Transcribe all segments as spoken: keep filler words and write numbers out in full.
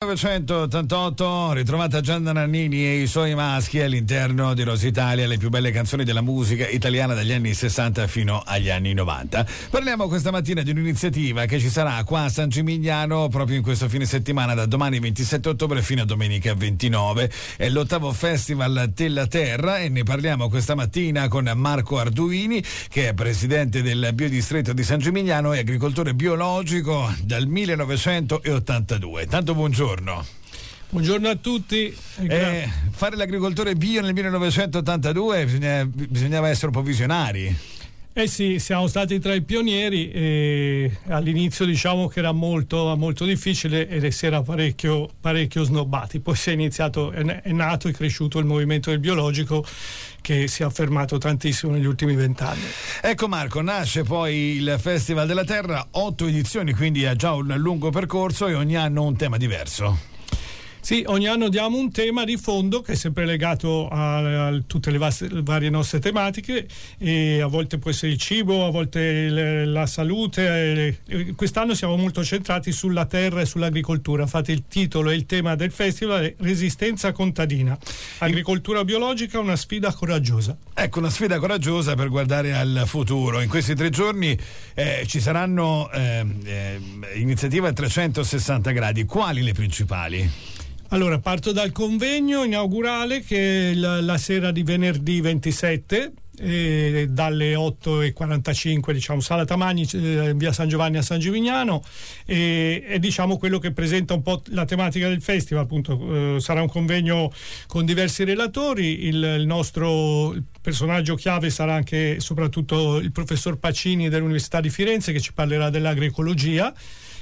millenovecentottantotto, ritrovata Gianna Nannini e i suoi maschi all'interno di Rosa Italia, le più belle canzoni della musica italiana dagli anni sessanta fino agli anni novanta. Parliamo questa mattina di un'iniziativa che ci sarà qua a San Gimignano proprio in questo fine settimana, da domani ventisette ottobre fino a domenica ventinove. È l'ottavo Festival della Terra e ne parliamo questa mattina con Marco Arduini, che è presidente del biodistretto di San Gimignano e agricoltore biologico dal millenovecentottantadue. Tanto buongiorno. Buongiorno a tutti. Eh, fare l'agricoltore bio nel millenovecentottantadue bisogna, bisognava essere un po' visionari. Eh sì, siamo stati tra i pionieri e all'inizio diciamo che era molto, molto difficile e si era parecchio, parecchio snobbati. Poi si è iniziato, è nato e cresciuto il movimento del biologico, che si è affermato tantissimo negli ultimi vent'anni. Ecco Marco, nasce poi il Festival della Terra, otto edizioni, quindi ha già un lungo percorso e ogni anno un tema diverso. Sì, ogni anno diamo un tema di fondo che è sempre legato a, a tutte le, vaste, le varie nostre tematiche, e a volte può essere il cibo, a volte le, la salute. E quest'anno siamo molto centrati sulla terra e sull'agricoltura. Infatti il titolo e il tema del festival è Resistenza contadina, agricoltura biologica, una sfida coraggiosa. Ecco, una sfida coraggiosa per guardare al futuro. In questi tre giorni eh, ci saranno eh, eh, iniziative a trecentosessanta gradi. Quali le principali? Allora, parto dal convegno inaugurale che è la, la sera di venerdì ventisette, eh, dalle otto e quarantacinque, diciamo, Sala Tamagni, eh, via San Giovanni a San Gimignano, e, e diciamo quello che presenta un po' la tematica del festival. Appunto, eh, sarà un convegno con diversi relatori. Il, il nostro personaggio chiave sarà anche e soprattutto il professor Pacini dell'Università di Firenze, che ci parlerà dell'agroecologia.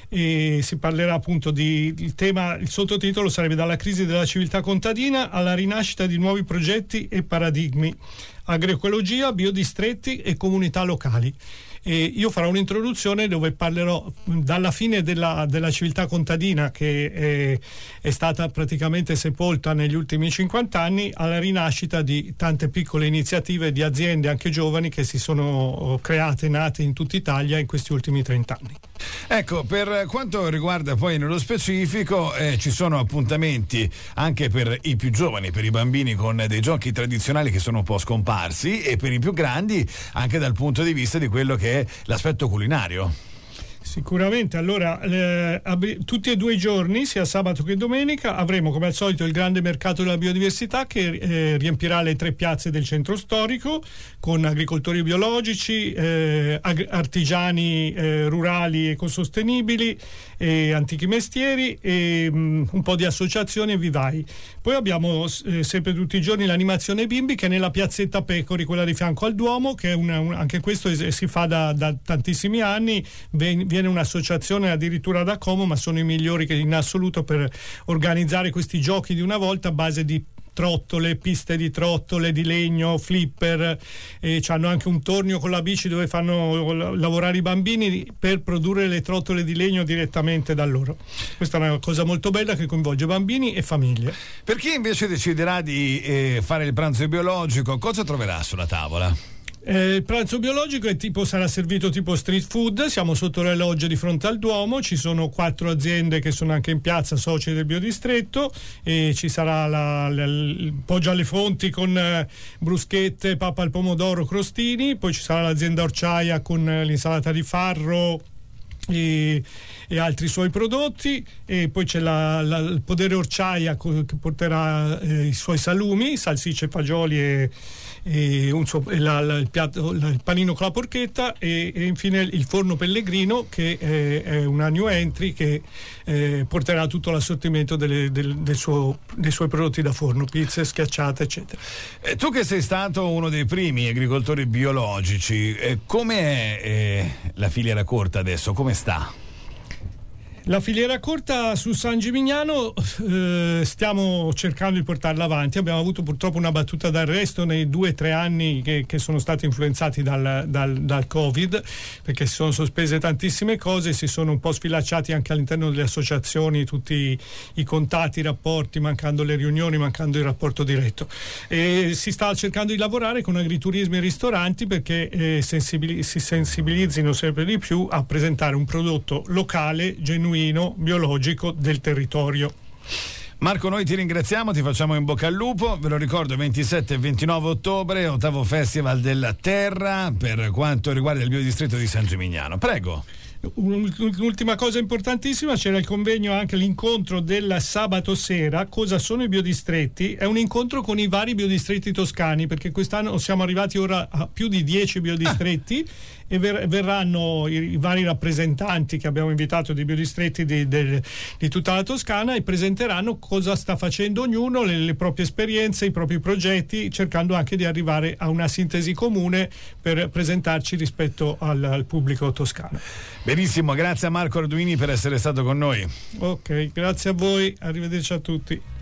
E si parlerà appunto di il tema, il sottotitolo sarebbe Dalla crisi della civiltà contadina alla rinascita di nuovi progetti e paradigmi, agroecologia, biodistretti e comunità locali. E io farò un'introduzione dove parlerò dalla fine della, della civiltà contadina, che è, è stata praticamente sepolta negli ultimi cinquanta anni, alla rinascita di tante piccole iniziative di aziende anche giovani che si sono create, nate in tutta Italia in questi ultimi trenta anni. Ecco, per quanto riguarda poi nello specifico, eh, ci sono appuntamenti anche per i più giovani, per i bambini, con dei giochi tradizionali che sono un po' scomparsi, e per i più grandi anche dal punto di vista di quello che è l'aspetto culinario. Sicuramente. Allora, eh, ab- tutti e due i giorni, sia sabato che domenica, avremo come al solito il grande mercato della biodiversità che eh, riempirà le tre piazze del centro storico, con agricoltori biologici, eh, ag- artigiani eh, rurali ecosostenibili, e antichi mestieri, e mh, un po' di associazioni e vivai. Poi abbiamo eh, sempre tutti i giorni l'animazione bimbi, che è nella piazzetta Pecori, quella di fianco al Duomo, che è una, un, anche questo es- si fa da, da tantissimi anni. Ven- viene un'associazione addirittura da Como, ma sono i migliori che in assoluto per organizzare questi giochi di una volta a base di trottole, piste di trottole di legno, flipper, e hanno anche un tornio con la bici dove fanno lavorare i bambini per produrre le trottole di legno direttamente da loro. Questa è una cosa molto bella che coinvolge bambini e famiglie. Per chi invece deciderà di eh, fare il pranzo biologico, cosa troverà sulla tavola? Eh, il pranzo biologico è tipo, sarà servito tipo street food. Siamo sotto le logge di fronte al Duomo, ci sono quattro aziende che sono anche in piazza, soci del biodistretto, e ci sarà la, la, il Poggio alle Fonti con eh, bruschette, pappa al pomodoro, crostini. Poi ci sarà l'azienda Orciaia con eh, l'insalata di farro e, e altri suoi prodotti, e poi c'è la, la, il Podere Orciaia co- che porterà eh, i suoi salumi, salsicce, fagioli e E un suo, la, la, il, piatto, la, il panino con la porchetta, e, e infine il forno Pellegrino, che è, è una new entry che eh, porterà tutto l'assortimento delle, del, del suo, dei suoi prodotti da forno, pizze, schiacciate, eccetera. Eh, tu che sei stato uno dei primi agricoltori biologici, eh, come è eh, la filiera corta adesso? Come sta? La filiera corta su San Gimignano eh, stiamo cercando di portarla avanti. Abbiamo avuto purtroppo una battuta d'arresto nei due o tre anni che, che sono stati influenzati dal, dal, dal Covid, perché si sono sospese tantissime cose, si sono un po' sfilacciati anche all'interno delle associazioni tutti i, i contatti, i rapporti, mancando le riunioni, mancando il rapporto diretto. E si sta cercando di lavorare con agriturismi e ristoranti perché eh, sensibili, si sensibilizzino sempre di più a presentare un prodotto locale, genuino, biologico del territorio. Marco, noi ti ringraziamo, ti facciamo in bocca al lupo. Ve lo ricordo, ventisette e ventinove ottobre, ottavo Festival della Terra per quanto riguarda il biodistretto di San Gimignano. Prego. Un'ultima cosa importantissima, c'era il convegno, anche l'incontro del sabato sera. Cosa sono i biodistretti? È un incontro con i vari biodistretti toscani, perché quest'anno siamo arrivati ora a più di dieci biodistretti ah. e ver- verranno i, i vari rappresentanti che abbiamo invitato dei biodistretti di, di, di tutta la Toscana e presenteranno cosa sta facendo ognuno, le, le proprie esperienze, i propri progetti, cercando anche di arrivare a una sintesi comune per presentarci rispetto al, al pubblico toscano. Benissimo, grazie a Marco Arduini per essere stato con noi. Ok, grazie a voi, arrivederci a tutti.